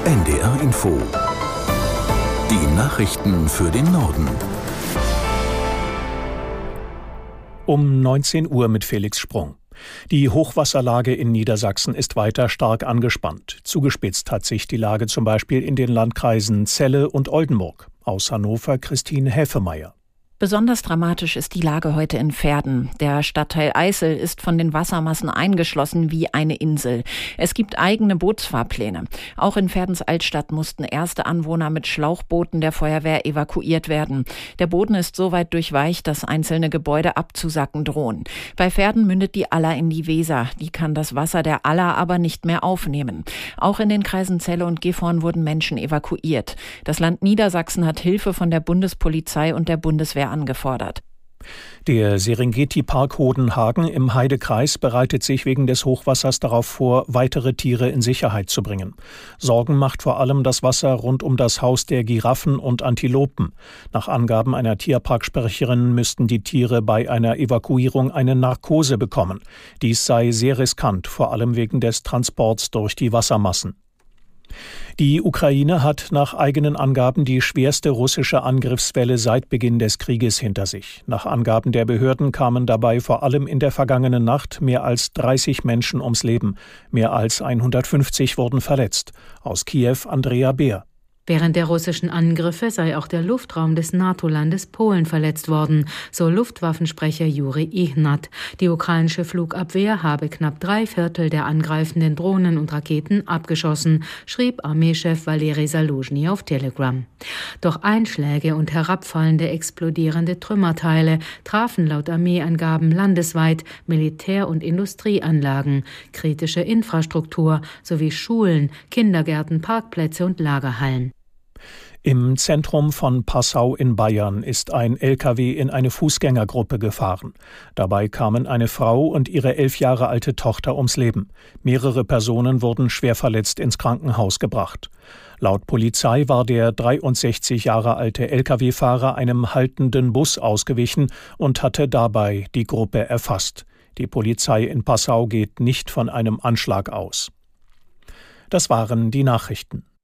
NDR Info. Die Nachrichten für den Norden. Um 19 Uhr mit Felix Sprung. Die Hochwasserlage in Niedersachsen ist weiter stark angespannt. Zugespitzt hat sich die Lage zum Beispiel in den Landkreisen Celle und Oldenburg. Aus Hannover Christine Häfemeyer. Besonders dramatisch ist die Lage heute in Verden. Der Stadtteil Eisel ist von den Wassermassen eingeschlossen wie eine Insel. Es gibt eigene Bootsfahrpläne. Auch in Verdens Altstadt mussten erste Anwohner mit Schlauchbooten der Feuerwehr evakuiert werden. Der Boden ist so weit durchweicht, dass einzelne Gebäude abzusacken drohen. Bei Verden mündet die Aller in die Weser. Die kann das Wasser der Aller aber nicht mehr aufnehmen. Auch in den Kreisen Celle und Gifhorn wurden Menschen evakuiert. Das Land Niedersachsen hat Hilfe von der Bundespolizei und der Bundeswehr angefordert. Der Serengeti-Park Hodenhagen im Heidekreis bereitet sich wegen des Hochwassers darauf vor, weitere Tiere in Sicherheit zu bringen. Sorgen macht vor allem das Wasser rund um das Haus der Giraffen und Antilopen. Nach Angaben einer Tierparksprecherin müssten die Tiere bei einer Evakuierung eine Narkose bekommen. Dies sei sehr riskant, vor allem wegen des Transports durch die Wassermassen. Die Ukraine hat nach eigenen Angaben die schwerste russische Angriffswelle seit Beginn des Krieges hinter sich. Nach Angaben der Behörden kamen dabei vor allem in der vergangenen Nacht mehr als 30 Menschen ums Leben. Mehr als 150 wurden verletzt. Aus Kiew Andrea Beer. Während der russischen Angriffe sei auch der Luftraum des NATO-Landes Polen verletzt worden, so Luftwaffensprecher Juri Ihnat. Die ukrainische Flugabwehr habe knapp 3/4 der angreifenden Drohnen und Raketen abgeschossen, schrieb Armeechef Valeri Saluzhny auf Telegram. Doch Einschläge und herabfallende explodierende Trümmerteile trafen laut Armeeangaben landesweit Militär- und Industrieanlagen, kritische Infrastruktur sowie Schulen, Kindergärten, Parkplätze und Lagerhallen. Im Zentrum von Passau in Bayern ist ein LKW in eine Fußgängergruppe gefahren. Dabei kamen eine Frau und ihre 11 Jahre alte Tochter ums Leben. Mehrere Personen wurden schwer verletzt ins Krankenhaus gebracht. Laut Polizei war der 63 Jahre alte LKW-Fahrer einem haltenden Bus ausgewichen und hatte dabei die Gruppe erfasst. Die Polizei in Passau geht nicht von einem Anschlag aus. Das waren die Nachrichten.